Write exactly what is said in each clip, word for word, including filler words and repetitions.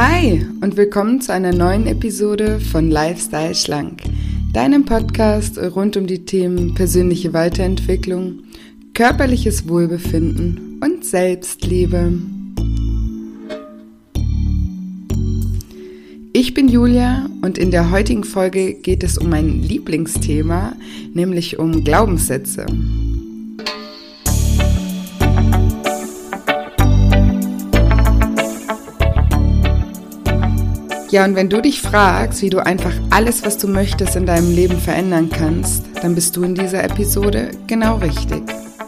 Hi und willkommen zu einer neuen Episode von Lifestyle Schlank, deinem Podcast rund um die Themen persönliche Weiterentwicklung, körperliches Wohlbefinden und Selbstliebe. Ich bin Julia und in der heutigen Folge geht es um mein Lieblingsthema, nämlich um Glaubenssätze. Ja, und wenn du dich fragst, wie du einfach alles, was du möchtest, in deinem Leben verändern kannst, dann bist du in dieser Episode genau richtig.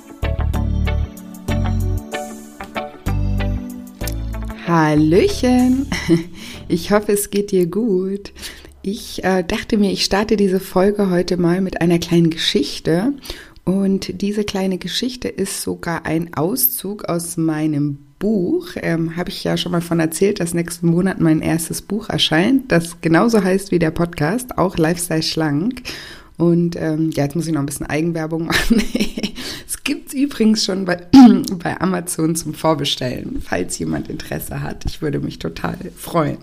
Hallöchen! Ich hoffe, es geht dir gut. Ich äh, dachte mir, ich starte diese Folge heute mal mit einer kleinen Geschichte. Und diese kleine Geschichte ist sogar ein Auszug aus meinem Buch. Ähm, habe ich ja schon mal von erzählt, dass nächsten Monat mein erstes Buch erscheint, das genauso heißt wie der Podcast, auch Lifestyle Schlank. Und ähm, ja, jetzt muss ich noch ein bisschen Eigenwerbung machen. Es gibt es übrigens schon bei, bei Amazon zum Vorbestellen, falls jemand Interesse hat. Ich würde mich total freuen.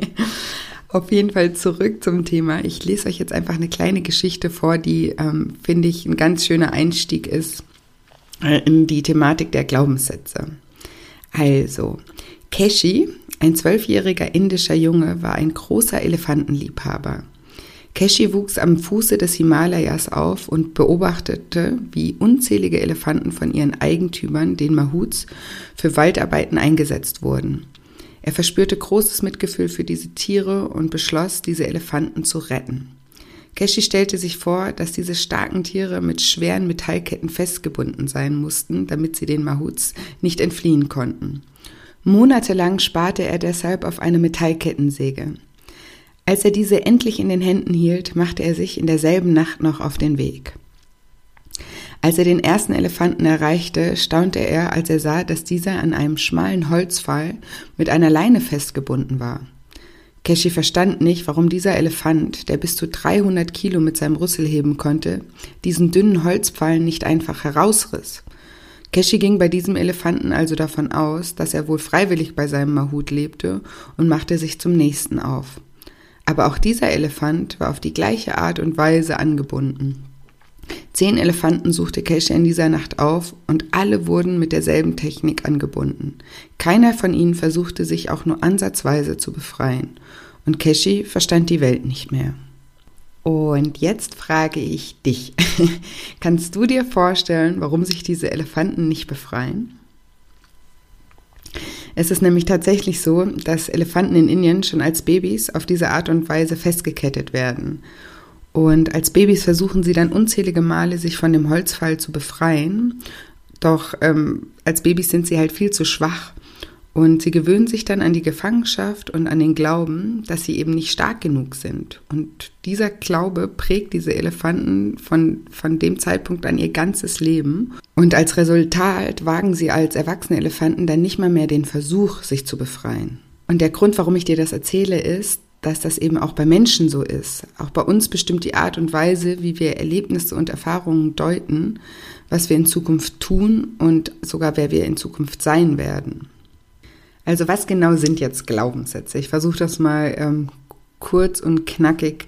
Auf jeden Fall zurück zum Thema. Ich lese euch jetzt einfach eine kleine Geschichte vor, die, ähm, finde ich, ein ganz schöner Einstieg ist äh, in die Thematik der Glaubenssätze. Also, Keshi, ein zwölfjähriger indischer Junge, war ein großer Elefantenliebhaber. Keshi wuchs am Fuße des Himalayas auf und beobachtete, wie unzählige Elefanten von ihren Eigentümern, den Mahuts, für Waldarbeiten eingesetzt wurden. Er verspürte großes Mitgefühl für diese Tiere und beschloss, diese Elefanten zu retten. Keshi stellte sich vor, dass diese starken Tiere mit schweren Metallketten festgebunden sein mussten, damit sie den Mahuts nicht entfliehen konnten. Monatelang sparte er deshalb auf eine Metallkettensäge. Als er diese endlich in den Händen hielt, machte er sich in derselben Nacht noch auf den Weg. Als er den ersten Elefanten erreichte, staunte er, als er sah, dass dieser an einem schmalen Holzpfahl mit einer Leine festgebunden war. Keshi verstand nicht, warum dieser Elefant, der bis zu dreihundert Kilo mit seinem Rüssel heben konnte, diesen dünnen Holzpfahl nicht einfach herausriss. Keshi ging bei diesem Elefanten also davon aus, dass er wohl freiwillig bei seinem Mahut lebte und machte sich zum nächsten auf. Aber auch dieser Elefant war auf die gleiche Art und Weise angebunden. Zehn Elefanten suchte Keshi in dieser Nacht auf und alle wurden mit derselben Technik angebunden. Keiner von ihnen versuchte sich auch nur ansatzweise zu befreien. Und Keshi verstand die Welt nicht mehr. Und jetzt frage ich dich, kannst du dir vorstellen, warum sich diese Elefanten nicht befreien? Es ist nämlich tatsächlich so, dass Elefanten in Indien schon als Babys auf diese Art und Weise festgekettet werden. Und als Babys versuchen sie dann unzählige Male, sich von dem Holzpfahl zu befreien. Doch ähm, als Babys sind sie halt viel zu schwach. Und sie gewöhnen sich dann an die Gefangenschaft und an den Glauben, dass sie eben nicht stark genug sind. Und dieser Glaube prägt diese Elefanten von, von dem Zeitpunkt an ihr ganzes Leben. Und als Resultat wagen sie als erwachsene Elefanten dann nicht mal mehr den Versuch, sich zu befreien. Und der Grund, warum ich dir das erzähle, ist, dass das eben auch bei Menschen so ist. Auch bei uns bestimmt die Art und Weise, wie wir Erlebnisse und Erfahrungen deuten, was wir in Zukunft tun und sogar wer wir in Zukunft sein werden. Also was genau sind jetzt Glaubenssätze? Ich versuche das mal ähm, kurz und knackig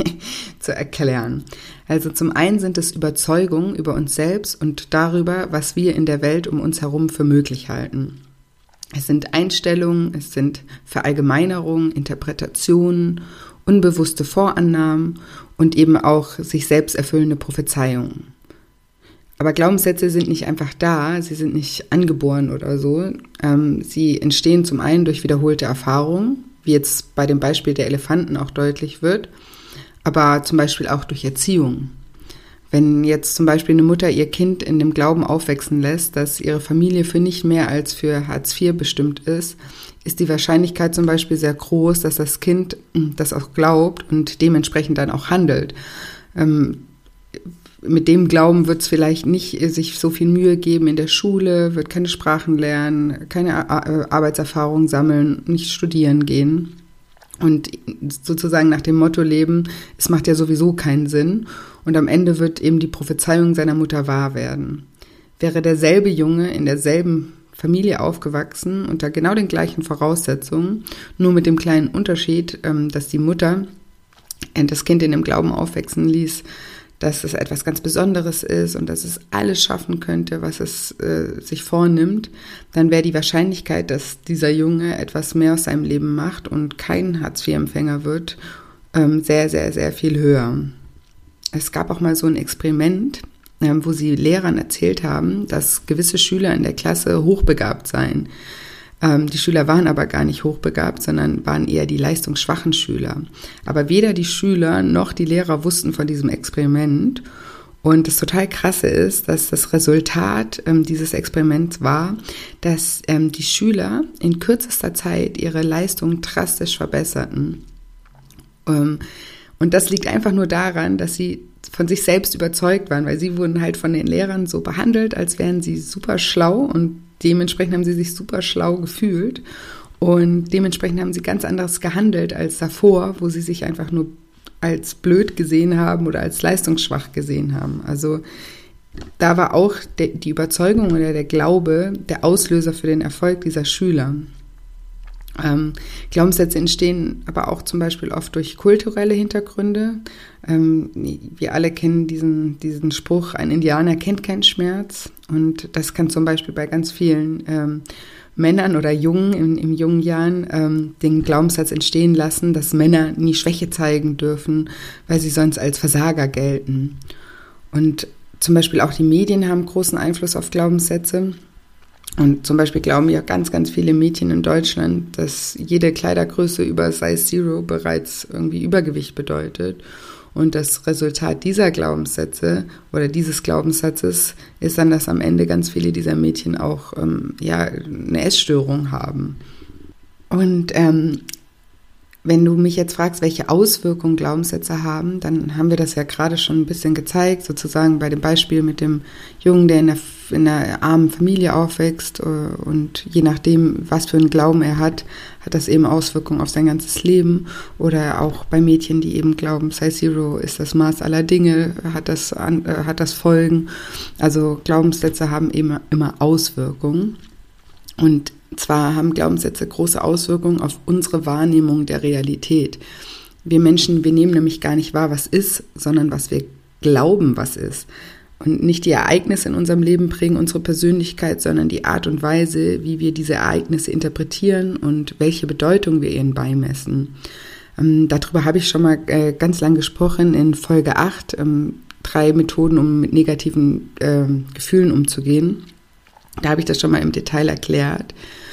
zu erklären. Also zum einen sind es Überzeugungen über uns selbst und darüber, was wir in der Welt um uns herum für möglich halten. Es sind Einstellungen, es sind Verallgemeinerungen, Interpretationen, unbewusste Vorannahmen und eben auch sich selbst erfüllende Prophezeiungen. Aber Glaubenssätze sind nicht einfach da, sie sind nicht angeboren oder so. Ähm, sie entstehen zum einen durch wiederholte Erfahrungen, wie jetzt bei dem Beispiel der Elefanten auch deutlich wird, aber zum Beispiel auch durch Erziehung. Wenn jetzt zum Beispiel eine Mutter ihr Kind in dem Glauben aufwachsen lässt, dass ihre Familie für nicht mehr als für Hartz vier bestimmt ist, ist die Wahrscheinlichkeit zum Beispiel sehr groß, dass das Kind das auch glaubt und dementsprechend dann auch handelt. Ähm, mit dem Glauben wird es vielleicht nicht sich so viel Mühe geben in der Schule, wird keine Sprachen lernen, keine Ar- Arbeitserfahrung sammeln, nicht studieren gehen. Und sozusagen nach dem Motto leben, es macht ja sowieso keinen Sinn. Und am Ende wird eben die Prophezeiung seiner Mutter wahr werden. Wäre derselbe Junge in derselben Familie aufgewachsen, unter genau den gleichen Voraussetzungen, nur mit dem kleinen Unterschied, dass die Mutter das Kind in dem Glauben aufwachsen ließ, dass es etwas ganz Besonderes ist und dass es alles schaffen könnte, was es äh, sich vornimmt, dann wäre die Wahrscheinlichkeit, dass dieser Junge etwas mehr aus seinem Leben macht und kein Hartz-vier-Empfänger wird, ähm, sehr, sehr, sehr viel höher. Es gab auch mal so ein Experiment, äh, wo sie Lehrern erzählt haben, dass gewisse Schüler in der Klasse hochbegabt seien. Ähm, die Schüler waren aber gar nicht hochbegabt, sondern waren eher die leistungsschwachen Schüler. Aber weder die Schüler noch die Lehrer wussten von diesem Experiment. Und das total Krasse ist, dass das Resultat ähm, dieses Experiments war, dass ähm, die Schüler in kürzester Zeit ihre Leistung drastisch verbesserten. Ähm, und das liegt einfach nur daran, dass sie von sich selbst überzeugt waren, weil sie wurden halt von den Lehrern so behandelt, als wären sie super schlau und dementsprechend haben sie sich super schlau gefühlt und dementsprechend haben sie ganz anderes gehandelt als davor, wo sie sich einfach nur als blöd gesehen haben oder als leistungsschwach gesehen haben. Also da war auch de, die Überzeugung oder der Glaube der Auslöser für den Erfolg dieser Schüler. Ähm, Glaubenssätze entstehen aber auch zum Beispiel oft durch kulturelle Hintergründe. Ähm, wir alle kennen diesen, diesen Spruch, ein Indianer kennt keinen Schmerz. Und das kann zum Beispiel bei ganz vielen ähm, Männern oder Jungen in, in jungen Jahren ähm, den Glaubenssatz entstehen lassen, dass Männer nie Schwäche zeigen dürfen, weil sie sonst als Versager gelten. Und zum Beispiel auch die Medien haben großen Einfluss auf Glaubenssätze. Und zum Beispiel glauben ja ganz, ganz viele Mädchen in Deutschland, dass jede Kleidergröße über Size Zero bereits irgendwie Übergewicht bedeutet. Und das Resultat dieser Glaubenssätze oder dieses Glaubenssatzes ist dann, dass am Ende ganz viele dieser Mädchen auch ähm, ja, eine Essstörung haben. Und ähm, wenn du mich jetzt fragst, welche Auswirkungen Glaubenssätze haben, dann haben wir das ja gerade schon ein bisschen gezeigt, sozusagen bei dem Beispiel mit dem Jungen, der in einer, in einer armen Familie aufwächst und je nachdem, was für einen Glauben er hat, hat das eben Auswirkungen auf sein ganzes Leben. Oder auch bei Mädchen, die eben glauben, Size Zero ist das Maß aller Dinge, hat das, hat das Folgen. Also Glaubenssätze haben eben immer Auswirkungen. Und zwar haben Glaubenssätze große Auswirkungen auf unsere Wahrnehmung der Realität. Wir Menschen, wir nehmen nämlich gar nicht wahr, was ist, sondern was wir glauben, was ist. Und nicht die Ereignisse in unserem Leben prägen unsere Persönlichkeit, sondern die Art und Weise, wie wir diese Ereignisse interpretieren und welche Bedeutung wir ihnen beimessen. Ähm, darüber habe ich schon mal äh, ganz lang gesprochen in Folge acht, ähm, drei Methoden, um mit negativen äh, Gefühlen umzugehen. Da habe ich das schon mal im Detail erklärt.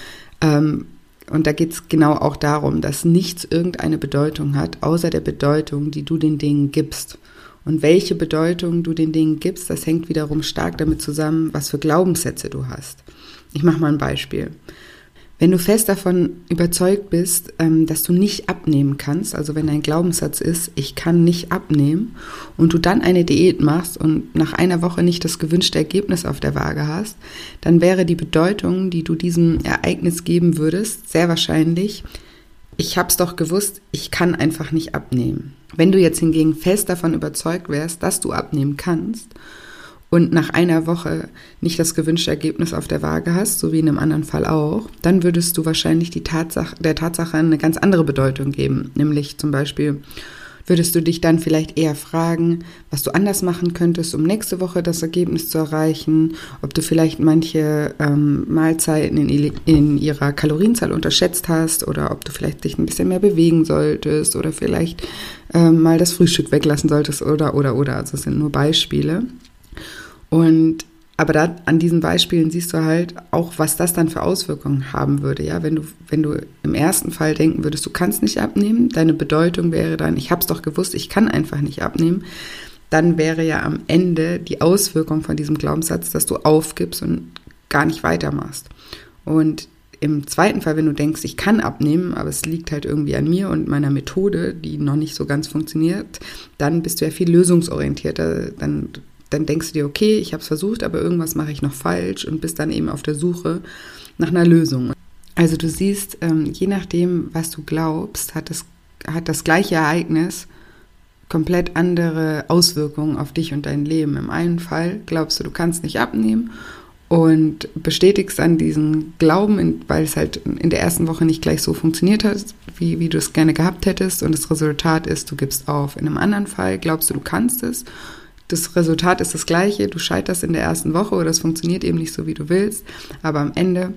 Ähm, und da geht es genau auch darum, dass nichts irgendeine Bedeutung hat, außer der Bedeutung, die du den Dingen gibst. Und welche Bedeutung du den Dingen gibst, das hängt wiederum stark damit zusammen, was für Glaubenssätze du hast. Ich mache mal ein Beispiel. Wenn du fest davon überzeugt bist, dass du nicht abnehmen kannst, also wenn dein Glaubenssatz ist, ich kann nicht abnehmen, und du dann eine Diät machst und nach einer Woche nicht das gewünschte Ergebnis auf der Waage hast, dann wäre die Bedeutung, die du diesem Ereignis geben würdest, sehr wahrscheinlich, ich hab's doch gewusst, ich kann einfach nicht abnehmen. Wenn du jetzt hingegen fest davon überzeugt wärst, dass du abnehmen kannst, und nach einer Woche nicht das gewünschte Ergebnis auf der Waage hast, so wie in einem anderen Fall auch, dann würdest du wahrscheinlich die Tatsache, der Tatsache eine ganz andere Bedeutung geben. Nämlich zum Beispiel würdest du dich dann vielleicht eher fragen, was du anders machen könntest, um nächste Woche das Ergebnis zu erreichen, ob du vielleicht manche ähm, Mahlzeiten in, in ihrer Kalorienzahl unterschätzt hast oder ob du vielleicht dich ein bisschen mehr bewegen solltest oder vielleicht ähm, mal das Frühstück weglassen solltest oder, oder, oder. Also das sind nur Beispiele. Und aber da an diesen Beispielen siehst du halt auch, was das dann für Auswirkungen haben würde. Ja, wenn du wenn du im ersten Fall denken würdest, du kannst nicht abnehmen, deine Bedeutung wäre dann, ich hab's doch gewusst, ich kann einfach nicht abnehmen, dann wäre ja am Ende die Auswirkung von diesem Glaubenssatz, dass du aufgibst und gar nicht weitermachst. Und im zweiten Fall, wenn du denkst, ich kann abnehmen, aber es liegt halt irgendwie an mir und meiner Methode, die noch nicht so ganz funktioniert, dann bist du ja viel lösungsorientierter, dann Dann denkst du dir, okay, ich habe es versucht, aber irgendwas mache ich noch falsch und bist dann eben auf der Suche nach einer Lösung. Also du siehst, ähm, je nachdem, was du glaubst, hat das, hat das gleiche Ereignis komplett andere Auswirkungen auf dich und dein Leben. Im einen Fall glaubst du, du kannst nicht abnehmen und bestätigst dann diesen Glauben, weil es halt in der ersten Woche nicht gleich so funktioniert hat, wie, wie du es gerne gehabt hättest, und das Resultat ist, du gibst auf. In einem anderen Fall glaubst du, du kannst es, das Resultat ist das gleiche, du scheiterst in der ersten Woche oder es funktioniert eben nicht so, wie du willst, aber am Ende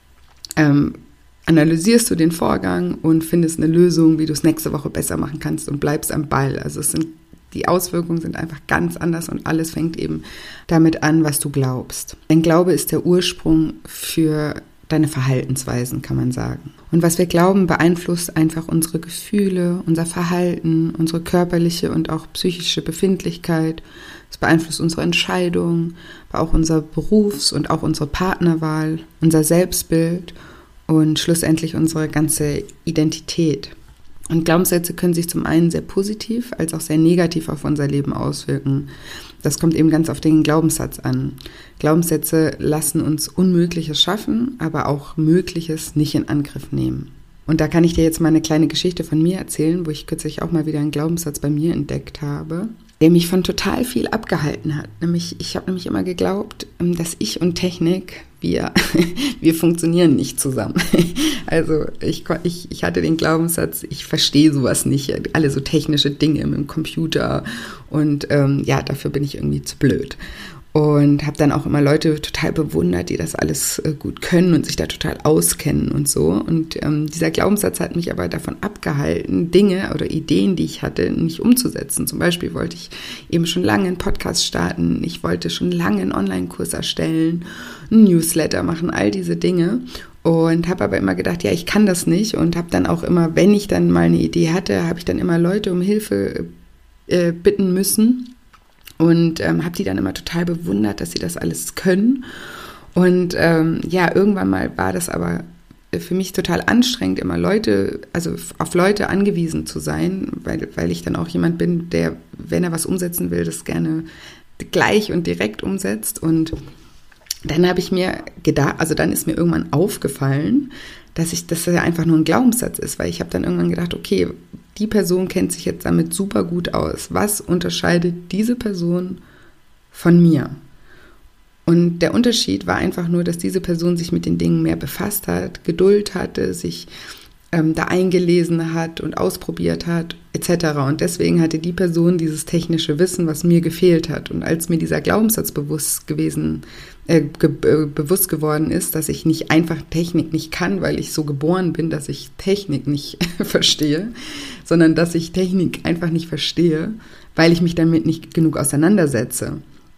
ähm, analysierst du den Vorgang und findest eine Lösung, wie du es nächste Woche besser machen kannst und bleibst am Ball. Also es sind, die Auswirkungen sind einfach ganz anders und alles fängt eben damit an, was du glaubst. Dein Glaube ist der Ursprung für deine Verhaltensweisen, kann man sagen. Und was wir glauben, beeinflusst einfach unsere Gefühle, unser Verhalten, unsere körperliche und auch psychische Befindlichkeit. Es beeinflusst unsere Entscheidungen, aber auch unser Berufs- und auch unsere Partnerwahl, unser Selbstbild und schlussendlich unsere ganze Identität. Und Glaubenssätze können sich zum einen sehr positiv als auch sehr negativ auf unser Leben auswirken. Das kommt eben ganz auf den Glaubenssatz an. Glaubenssätze lassen uns Unmögliches schaffen, aber auch Mögliches nicht in Angriff nehmen. Und da kann ich dir jetzt mal eine kleine Geschichte von mir erzählen, wo ich kürzlich auch mal wieder einen Glaubenssatz bei mir entdeckt habe, der mich von total viel abgehalten hat. Nämlich, ich habe nämlich immer geglaubt, dass ich und Technik, wir, wir funktionieren nicht zusammen. Also ich, ich, ich hatte den Glaubenssatz, ich verstehe sowas nicht, alle so technische Dinge mit dem Computer und ähm, ja, dafür bin ich irgendwie zu blöd. Und habe dann auch immer Leute total bewundert, die das alles äh, gut können und sich da total auskennen und so. Und ähm, dieser Glaubenssatz hat mich aber davon abgehalten, Dinge oder Ideen, die ich hatte, nicht umzusetzen. Zum Beispiel wollte ich eben schon lange einen Podcast starten, ich wollte schon lange einen Online-Kurs erstellen, einen Newsletter machen, all diese Dinge. Und habe aber immer gedacht, ja, ich kann das nicht. Und habe dann auch immer, wenn ich dann mal eine Idee hatte, habe ich dann immer Leute um Hilfe äh, bitten müssen. Und ähm, habe die dann immer total bewundert, dass sie das alles können. Und ähm, ja, irgendwann mal war das aber für mich total anstrengend, immer Leute, also auf Leute angewiesen zu sein, weil, weil ich dann auch jemand bin, der, wenn er was umsetzen will, das gerne gleich und direkt umsetzt. Und dann habe ich mir gedacht, also dann ist mir irgendwann aufgefallen, dass ich, dass das ja einfach nur ein Glaubenssatz ist, weil ich habe dann irgendwann gedacht, okay, die Person kennt sich jetzt damit super gut aus. Was unterscheidet diese Person von mir? Und der Unterschied war einfach nur, dass diese Person sich mit den Dingen mehr befasst hat, Geduld hatte, sich ähm, da eingelesen hat und ausprobiert hat, et cetera. Und deswegen hatte die Person dieses technische Wissen, was mir gefehlt hat. Und als mir dieser Glaubenssatz bewusst gewesen äh, ge- äh, bewusst geworden ist, dass ich nicht einfach Technik nicht kann, weil ich so geboren bin, dass ich Technik nicht verstehe, sondern dass ich Technik einfach nicht verstehe, weil ich mich damit nicht genug auseinandersetze.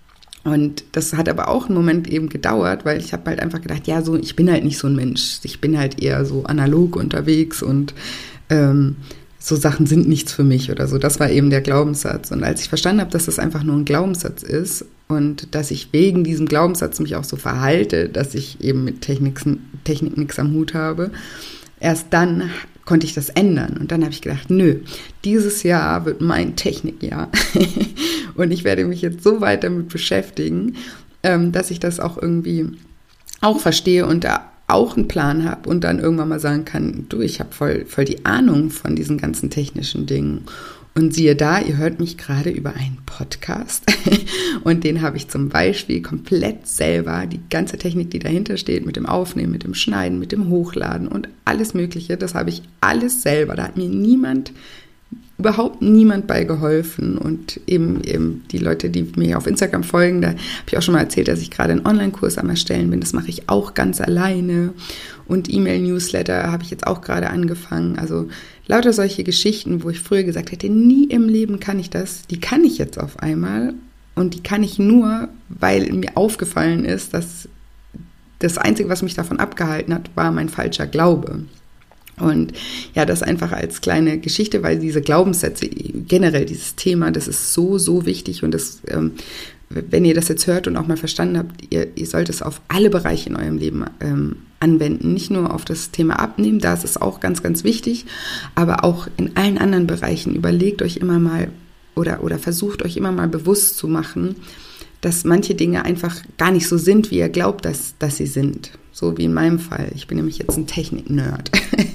Und das hat aber auch einen Moment eben gedauert, weil ich habe halt einfach gedacht, ja, so ich bin halt nicht so ein Mensch. Ich bin halt eher so analog unterwegs und ähm, so Sachen sind nichts für mich oder so. Das war eben der Glaubenssatz. Und als ich verstanden habe, dass das einfach nur ein Glaubenssatz ist und dass ich wegen diesem Glaubenssatz mich auch so verhalte, dass ich eben mit Technik, Technik nichts am Hut habe, erst dann konnte ich das ändern. Und dann habe ich gedacht, nö, dieses Jahr wird mein Technikjahr. Und ich werde mich jetzt so weit damit beschäftigen, dass ich das auch irgendwie auch verstehe und da auch einen Plan habe und dann irgendwann mal sagen kann, du, ich habe voll, voll die Ahnung von diesen ganzen technischen Dingen. Und siehe da, ihr hört mich gerade über einen Podcast und den habe ich zum Beispiel komplett selber, die ganze Technik, die dahinter steht, mit dem Aufnehmen, mit dem Schneiden, mit dem Hochladen und alles Mögliche, das habe ich alles selber. Da hat mir niemand, überhaupt niemand bei geholfen. Und eben, eben die Leute, die mir auf Instagram folgen, da habe ich auch schon mal erzählt, dass ich gerade einen Online-Kurs am Erstellen bin. Das mache ich auch ganz alleine. Und E-Mail-Newsletter habe ich jetzt auch gerade angefangen. Also lauter solche Geschichten, wo ich früher gesagt hätte, nie im Leben kann ich das, die kann ich jetzt auf einmal. Und die kann ich nur, weil mir aufgefallen ist, dass das Einzige, was mich davon abgehalten hat, war mein falscher Glaube. Und ja, das einfach als kleine Geschichte, weil diese Glaubenssätze, generell dieses Thema, das ist so, so wichtig. Und das, ähm, wenn ihr das jetzt hört und auch mal verstanden habt, ihr, ihr sollt es auf alle Bereiche in eurem Leben ähm, anwenden. Nicht nur auf das Thema Abnehmen, da ist es auch ganz, ganz wichtig, aber auch in allen anderen Bereichen. Überlegt euch immer mal oder, oder versucht euch immer mal bewusst zu machen, dass manche Dinge einfach gar nicht so sind, wie ihr glaubt, dass, dass sie sind. So wie in meinem Fall. Ich bin nämlich jetzt ein Technik-Nerd.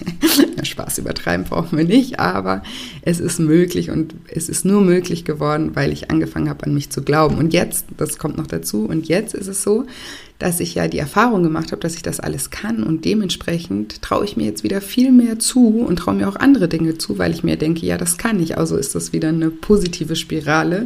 Ja, Spaß übertreiben brauchen wir nicht, aber es ist möglich und es ist nur möglich geworden, weil ich angefangen habe, an mich zu glauben. Und jetzt, das kommt noch dazu, und jetzt ist es so, dass ich ja die Erfahrung gemacht habe, dass ich das alles kann und dementsprechend traue ich mir jetzt wieder viel mehr zu und traue mir auch andere Dinge zu, weil ich mir denke, ja, das kann ich. Also ist das wieder eine positive Spirale.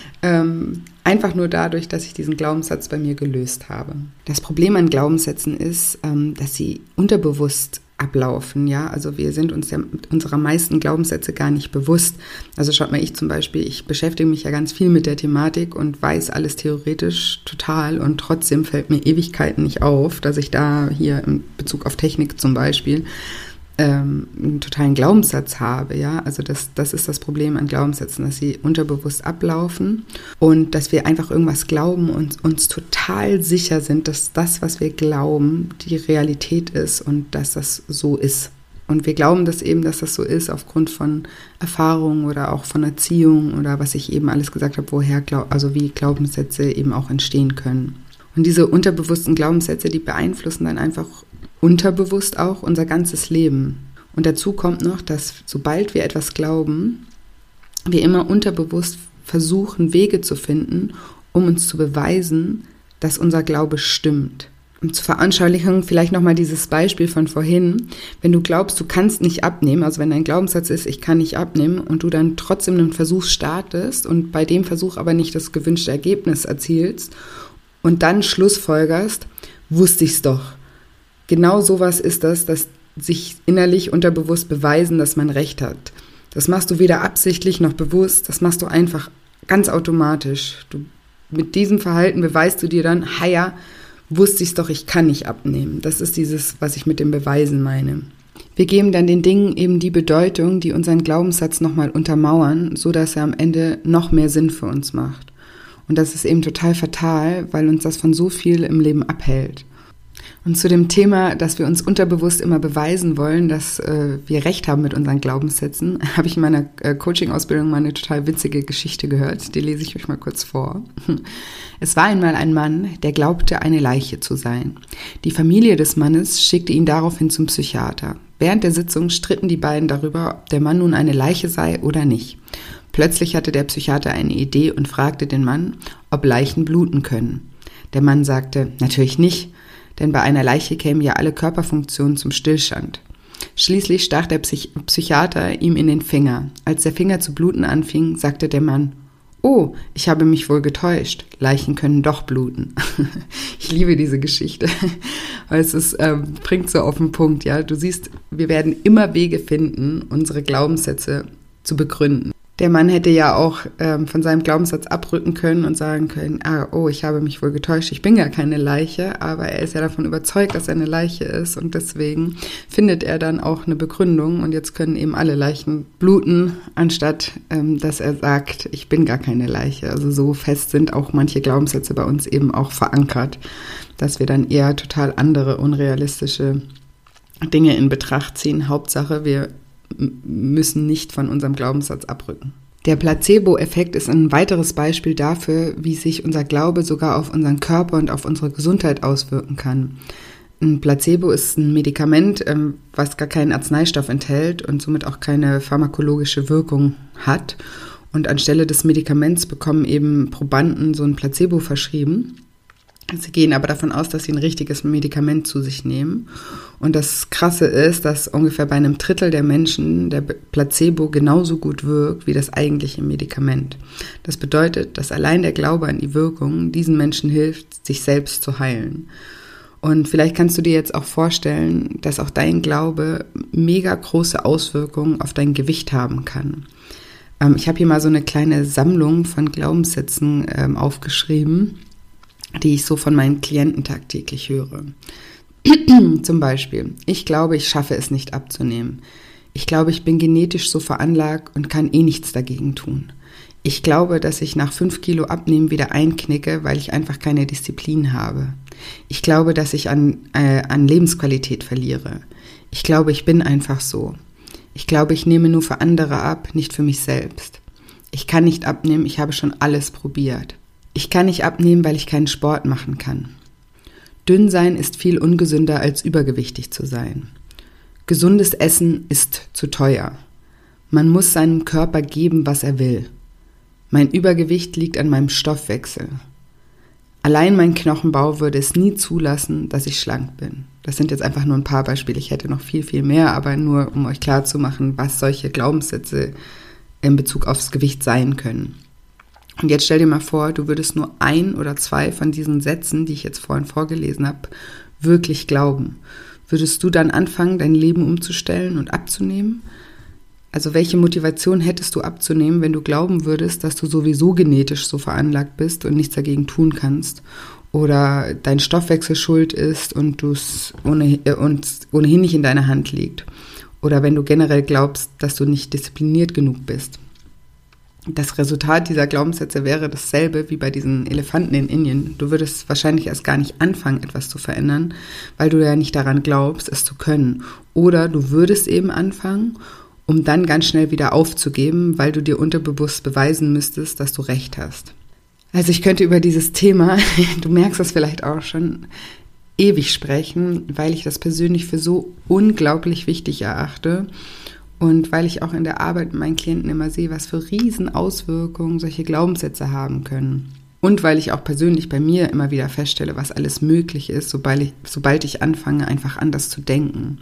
Ähm, einfach nur dadurch, dass ich diesen Glaubenssatz bei mir gelöst habe. Das Problem an Glaubenssätzen ist, ähm, dass sie unterbewusst ablaufen, ja, also wir sind uns ja unserer meisten Glaubenssätze gar nicht bewusst. Also schaut mal, ich zum Beispiel, ich beschäftige mich ja ganz viel mit der Thematik und weiß alles theoretisch total und trotzdem fällt mir Ewigkeiten nicht auf, dass ich da hier in Bezug auf Technik zum Beispiel ähm, einen totalen Glaubenssatz habe, ja, also das, das ist das Problem an Glaubenssätzen, dass sie unterbewusst ablaufen und dass wir einfach irgendwas glauben und uns total sicher sind, dass das, was wir glauben, die Realität ist und dass das so ist. Und wir glauben das eben, dass das so ist aufgrund von Erfahrungen oder auch von Erziehung oder was ich eben alles gesagt habe, woher, glaub, also wie Glaubenssätze eben auch entstehen können. Und diese unterbewussten Glaubenssätze, die beeinflussen dann einfach unterbewusst auch unser ganzes Leben. Und dazu kommt noch, dass sobald wir etwas glauben, wir immer unterbewusst versuchen, Wege zu finden, um uns zu beweisen, dass unser Glaube stimmt. Und zur Veranschaulichung vielleicht nochmal dieses Beispiel von vorhin. Wenn du glaubst, du kannst nicht abnehmen, also wenn dein Glaubenssatz ist, ich kann nicht abnehmen und du dann trotzdem einen Versuch startest und bei dem Versuch aber nicht das gewünschte Ergebnis erzielst und dann schlussfolgerst, wusste ich's doch. Genau sowas ist das, dass sich innerlich unterbewusst beweisen, dass man recht hat. Das machst du weder absichtlich noch bewusst, das machst du einfach ganz automatisch. Du, mit diesem Verhalten beweist du dir dann, ha ja, wusste ich's doch, ich kann nicht abnehmen. Das ist dieses, was ich mit dem Beweisen meine. Wir geben dann den Dingen eben die Bedeutung, die unseren Glaubenssatz nochmal untermauern, sodass er am Ende noch mehr Sinn für uns macht. Und das ist eben total fatal, weil uns das von so viel im Leben abhält. Und zu dem Thema, dass wir uns unterbewusst immer beweisen wollen, dass äh, wir recht haben mit unseren Glaubenssätzen, habe ich in meiner äh, Coaching-Ausbildung mal eine total witzige Geschichte gehört. Die lese ich euch mal kurz vor. Es war einmal ein Mann, der glaubte, eine Leiche zu sein. Die Familie des Mannes schickte ihn daraufhin zum Psychiater. Während der Sitzung stritten die beiden darüber, ob der Mann nun eine Leiche sei oder nicht. Plötzlich hatte der Psychiater eine Idee und fragte den Mann, ob Leichen bluten können. Der Mann sagte, natürlich nicht, denn bei einer Leiche kämen ja alle Körperfunktionen zum Stillstand. Schließlich stach der Psych- Psychiater ihm in den Finger. Als der Finger zu bluten anfing, sagte der Mann, oh, ich habe mich wohl getäuscht, Leichen können doch bluten. Ich liebe diese Geschichte, weil es ist, ähm, bringt so auf den Punkt, ja. Du siehst, wir werden immer Wege finden, unsere Glaubenssätze zu begründen. Der Mann hätte ja auch ähm, von seinem Glaubenssatz abrücken können und sagen können, ah, oh, ich habe mich wohl getäuscht, ich bin gar keine Leiche, aber er ist ja davon überzeugt, dass er eine Leiche ist und deswegen findet er dann auch eine Begründung und jetzt können eben alle Leichen bluten, anstatt ähm, dass er sagt, ich bin gar keine Leiche. Also so fest sind auch manche Glaubenssätze bei uns eben auch verankert, dass wir dann eher total andere, unrealistische Dinge in Betracht ziehen. Hauptsache, wir müssen nicht von unserem Glaubenssatz abrücken. Der Placebo-Effekt ist ein weiteres Beispiel dafür, wie sich unser Glaube sogar auf unseren Körper und auf unsere Gesundheit auswirken kann. Ein Placebo ist ein Medikament, was gar keinen Arzneistoff enthält und somit auch keine pharmakologische Wirkung hat. Und anstelle des Medikaments bekommen eben Probanden so ein Placebo verschrieben. Sie gehen aber davon aus, dass sie ein richtiges Medikament zu sich nehmen. Und das Krasse ist, dass ungefähr bei einem Drittel der Menschen der Placebo genauso gut wirkt wie das eigentliche Medikament. Das bedeutet, dass allein der Glaube an die Wirkung diesen Menschen hilft, sich selbst zu heilen. Und vielleicht kannst du dir jetzt auch vorstellen, dass auch dein Glaube mega große Auswirkungen auf dein Gewicht haben kann. Ähm, ich habe hier mal so eine kleine Sammlung von Glaubenssätzen ähm, aufgeschrieben, die ich so von meinen Klienten tagtäglich höre. Zum Beispiel, ich glaube, ich schaffe es nicht abzunehmen. Ich glaube, ich bin genetisch so veranlagt und kann eh nichts dagegen tun. Ich glaube, dass ich nach fünf Kilo Abnehmen wieder einknicke, weil ich einfach keine Disziplin habe. Ich glaube, dass ich an, äh, an Lebensqualität verliere. Ich glaube, ich bin einfach so. Ich glaube, ich nehme nur für andere ab, nicht für mich selbst. Ich kann nicht abnehmen, ich habe schon alles probiert. Ich kann nicht abnehmen, weil ich keinen Sport machen kann. Dünn sein ist viel ungesünder als übergewichtig zu sein. Gesundes Essen ist zu teuer. Man muss seinem Körper geben, was er will. Mein Übergewicht liegt an meinem Stoffwechsel. Allein mein Knochenbau würde es nie zulassen, dass ich schlank bin. Das sind jetzt einfach nur ein paar Beispiele. Ich hätte noch viel, viel mehr, aber nur, um euch klarzumachen, was solche Glaubenssätze in Bezug aufs Gewicht sein können. Und jetzt stell dir mal vor, du würdest nur ein oder zwei von diesen Sätzen, die ich jetzt vorhin vorgelesen habe, wirklich glauben. Würdest du dann anfangen, dein Leben umzustellen und abzunehmen? Also welche Motivation hättest du abzunehmen, wenn du glauben würdest, dass du sowieso genetisch so veranlagt bist und nichts dagegen tun kannst? Oder dein Stoffwechsel schuld ist und es ohne, äh, ohnehin nicht in deiner Hand liegt? Oder wenn du generell glaubst, dass du nicht diszipliniert genug bist? Das Resultat dieser Glaubenssätze wäre dasselbe wie bei diesen Elefanten in Indien. Du würdest wahrscheinlich erst gar nicht anfangen, etwas zu verändern, weil du ja nicht daran glaubst, es zu können. Oder du würdest eben anfangen, um dann ganz schnell wieder aufzugeben, weil du dir unterbewusst beweisen müsstest, dass du recht hast. Also ich könnte über dieses Thema, du merkst das vielleicht auch schon, ewig sprechen, weil ich das persönlich für so unglaublich wichtig erachte. Und weil ich auch in der Arbeit mit meinen Klienten immer sehe, was für Riesenauswirkungen solche Glaubenssätze haben können. Und weil ich auch persönlich bei mir immer wieder feststelle, was alles möglich ist, sobald ich, sobald ich anfange, einfach anders zu denken.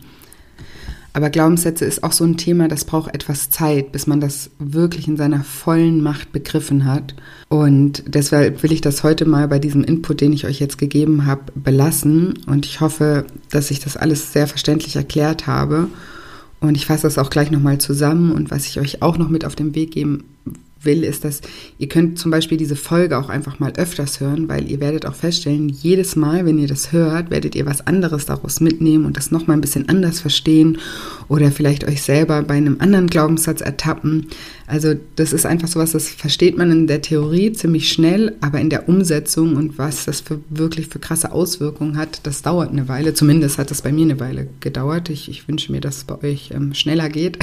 Aber Glaubenssätze ist auch so ein Thema, das braucht etwas Zeit, bis man das wirklich in seiner vollen Macht begriffen hat. Und deshalb will ich das heute mal bei diesem Input, den ich euch jetzt gegeben habe, belassen. Und ich hoffe, dass ich das alles sehr verständlich erklärt habe. Und ich fasse das auch gleich nochmal zusammen. Und was ich euch auch noch mit auf den Weg geben will, ist, dass ihr könnt zum Beispiel diese Folge auch einfach mal öfters hören, weil ihr werdet auch feststellen, jedes Mal, wenn ihr das hört, werdet ihr was anderes daraus mitnehmen und das nochmal ein bisschen anders verstehen oder vielleicht euch selber bei einem anderen Glaubenssatz ertappen. Also das ist einfach sowas, das versteht man in der Theorie ziemlich schnell, aber in der Umsetzung und was das für wirklich für krasse Auswirkungen hat, das dauert eine Weile. Zumindest hat das bei mir eine Weile gedauert. Ich, ich wünsche mir, dass es bei euch ähm, schneller geht,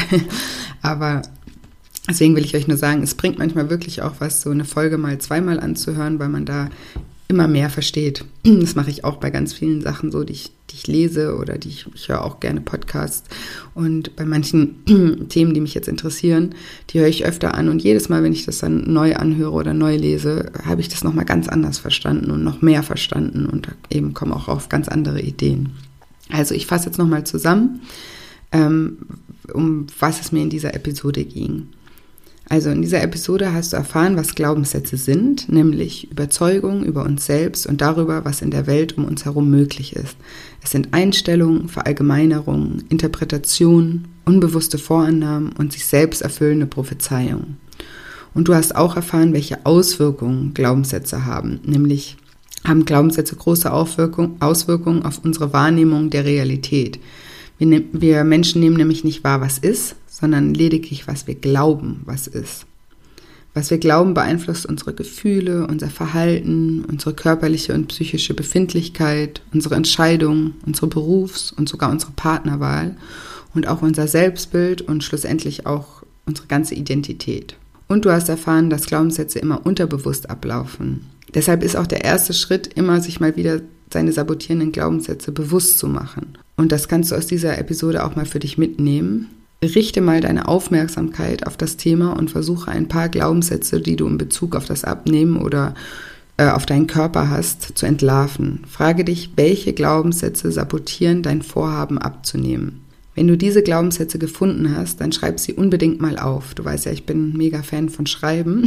aber deswegen will ich euch nur sagen, es bringt manchmal wirklich auch was, so eine Folge mal zweimal anzuhören, weil man da immer mehr versteht. Das mache ich auch bei ganz vielen Sachen so, die ich, die ich lese oder die ich, ich höre auch gerne Podcasts. Und bei manchen Themen, die mich jetzt interessieren, die höre ich öfter an. Und jedes Mal, wenn ich das dann neu anhöre oder neu lese, habe ich das nochmal ganz anders verstanden und noch mehr verstanden und eben komme auch auf ganz andere Ideen. Also ich fasse jetzt nochmal zusammen, ähm, um was es mir in dieser Episode ging. Also in dieser Episode hast du erfahren, was Glaubenssätze sind, nämlich Überzeugungen über uns selbst und darüber, was in der Welt um uns herum möglich ist. Es sind Einstellungen, Verallgemeinerungen, Interpretationen, unbewusste Vorannahmen und sich selbst erfüllende Prophezeiungen. Und du hast auch erfahren, welche Auswirkungen Glaubenssätze haben, nämlich haben Glaubenssätze große Auswirkungen auf unsere Wahrnehmung der Realität. Wir, ne- wir Menschen nehmen nämlich nicht wahr, was ist, sondern lediglich, was wir glauben, was ist. Was wir glauben, beeinflusst unsere Gefühle, unser Verhalten, unsere körperliche und psychische Befindlichkeit, unsere Entscheidungen, unsere Berufs- und sogar unsere Partnerwahl und auch unser Selbstbild und schlussendlich auch unsere ganze Identität. Und du hast erfahren, dass Glaubenssätze immer unterbewusst ablaufen. Deshalb ist auch der erste Schritt immer, sich mal wieder seine sabotierenden Glaubenssätze bewusst zu machen. Und das kannst du aus dieser Episode auch mal für dich mitnehmen. Richte mal deine Aufmerksamkeit auf das Thema und versuche ein paar Glaubenssätze, die du in Bezug auf das Abnehmen oder äh, auf deinen Körper hast, zu entlarven. Frage dich, welche Glaubenssätze sabotieren dein Vorhaben abzunehmen. Wenn du diese Glaubenssätze gefunden hast, dann schreib sie unbedingt mal auf. Du weißt ja, ich bin ein mega Fan von Schreiben.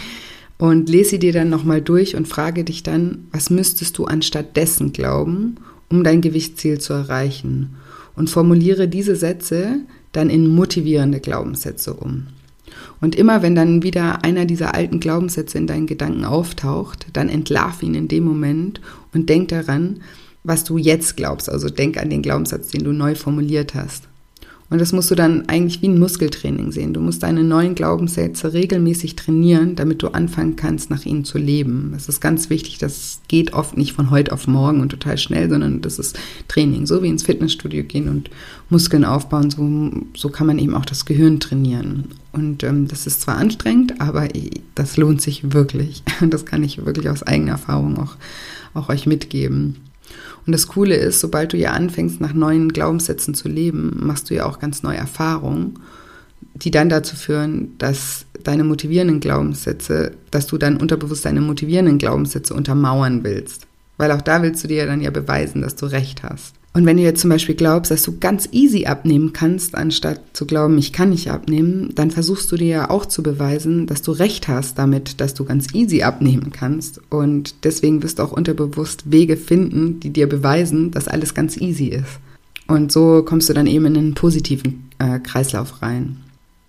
Und lese sie dir dann nochmal durch und frage dich dann, was müsstest du anstatt dessen glauben, um dein Gewichtsziel zu erreichen? Und formuliere diese Sätze dann in motivierende Glaubenssätze um. Und immer wenn dann wieder einer dieser alten Glaubenssätze in deinen Gedanken auftaucht, dann entlarv ihn in dem Moment und denk daran, was du jetzt glaubst. Also denk an den Glaubenssatz, den du neu formuliert hast. Und das musst du dann eigentlich wie ein Muskeltraining sehen. Du musst deine neuen Glaubenssätze regelmäßig trainieren, damit du anfangen kannst, nach ihnen zu leben. Das ist ganz wichtig. Das geht oft nicht von heute auf morgen und total schnell, sondern das ist Training. So wie ins Fitnessstudio gehen und Muskeln aufbauen, so, so kann man eben auch das Gehirn trainieren. Und ähm, das ist zwar anstrengend, aber das lohnt sich wirklich. Das kann ich wirklich aus eigener Erfahrung auch, auch euch mitgeben. Und das Coole ist, sobald du ja anfängst, nach neuen Glaubenssätzen zu leben, machst du ja auch ganz neue Erfahrungen, die dann dazu führen, dass deine motivierenden Glaubenssätze, dass du dann unterbewusst deine motivierenden Glaubenssätze untermauern willst. Weil auch da willst du dir ja dann ja beweisen, dass du recht hast. Und wenn du jetzt zum Beispiel glaubst, dass du ganz easy abnehmen kannst, anstatt zu glauben, ich kann nicht abnehmen, dann versuchst du dir ja auch zu beweisen, dass du recht hast damit, dass du ganz easy abnehmen kannst. Und deswegen wirst du auch unterbewusst Wege finden, die dir beweisen, dass alles ganz easy ist. Und so kommst du dann eben in einen positiven äh, Kreislauf rein.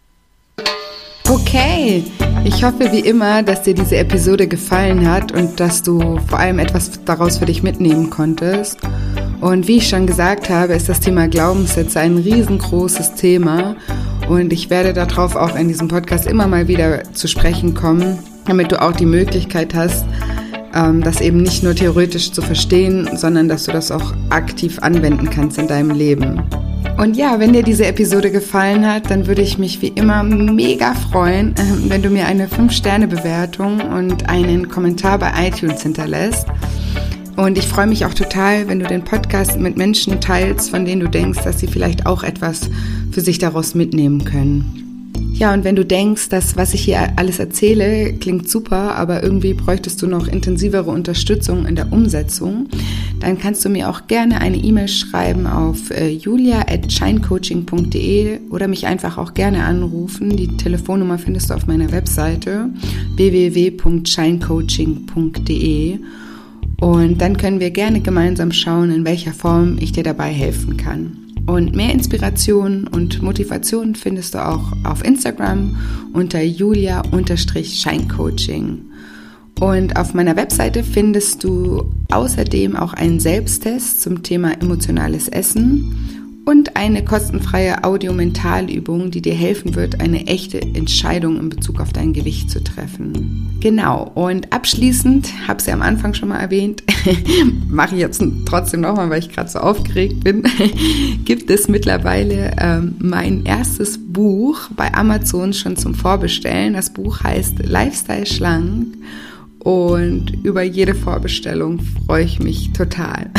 Okay, ich hoffe wie immer, dass dir diese Episode gefallen hat und dass du vor allem etwas daraus für dich mitnehmen konntest. Und wie ich schon gesagt habe, ist das Thema Glaubenssätze ein riesengroßes Thema und ich werde darauf auch in diesem Podcast immer mal wieder zu sprechen kommen, damit du auch die Möglichkeit hast, das eben nicht nur theoretisch zu verstehen, sondern dass du das auch aktiv anwenden kannst in deinem Leben. Und ja, wenn dir diese Episode gefallen hat, dann würde ich mich wie immer mega freuen, wenn du mir eine fünf Sterne Bewertung und einen Kommentar bei iTunes hinterlässt. Und ich freue mich auch total, wenn du den Podcast mit Menschen teilst, von denen du denkst, dass sie vielleicht auch etwas für sich daraus mitnehmen können. Ja, und wenn du denkst, dass was ich hier alles erzähle, klingt super, aber irgendwie bräuchtest du noch intensivere Unterstützung in der Umsetzung, dann kannst du mir auch gerne eine E-Mail schreiben auf äh, julia at shinecoaching punkt de oder mich einfach auch gerne anrufen. Die Telefonnummer findest du auf meiner Webseite w w w punkt shinecoaching punkt de. Und dann können wir gerne gemeinsam schauen, in welcher Form ich dir dabei helfen kann. Und mehr Inspiration und Motivation findest du auch auf Instagram unter julia shinecoaching. Und auf meiner Webseite findest du außerdem auch einen Selbsttest zum Thema emotionales Essen und eine kostenfreie Audio-Mentalübung, die dir helfen wird, eine echte Entscheidung in Bezug auf dein Gewicht zu treffen. Genau, und abschließend, habe es ja am Anfang schon mal erwähnt, mache ich jetzt trotzdem nochmal, weil ich gerade so aufgeregt bin, gibt es mittlerweile ähm, mein erstes Buch bei Amazon schon zum Vorbestellen. Das Buch heißt Lifestyle Schlank und über jede Vorbestellung freue ich mich total.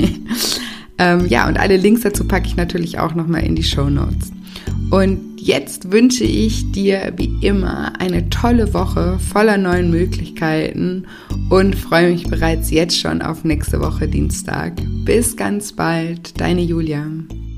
Ähm, ja, und alle Links dazu packe ich natürlich auch nochmal in die Shownotes. Und jetzt wünsche ich dir wie immer eine tolle Woche voller neuen Möglichkeiten und freue mich bereits jetzt schon auf nächste Woche Dienstag. Bis ganz bald, deine Julia.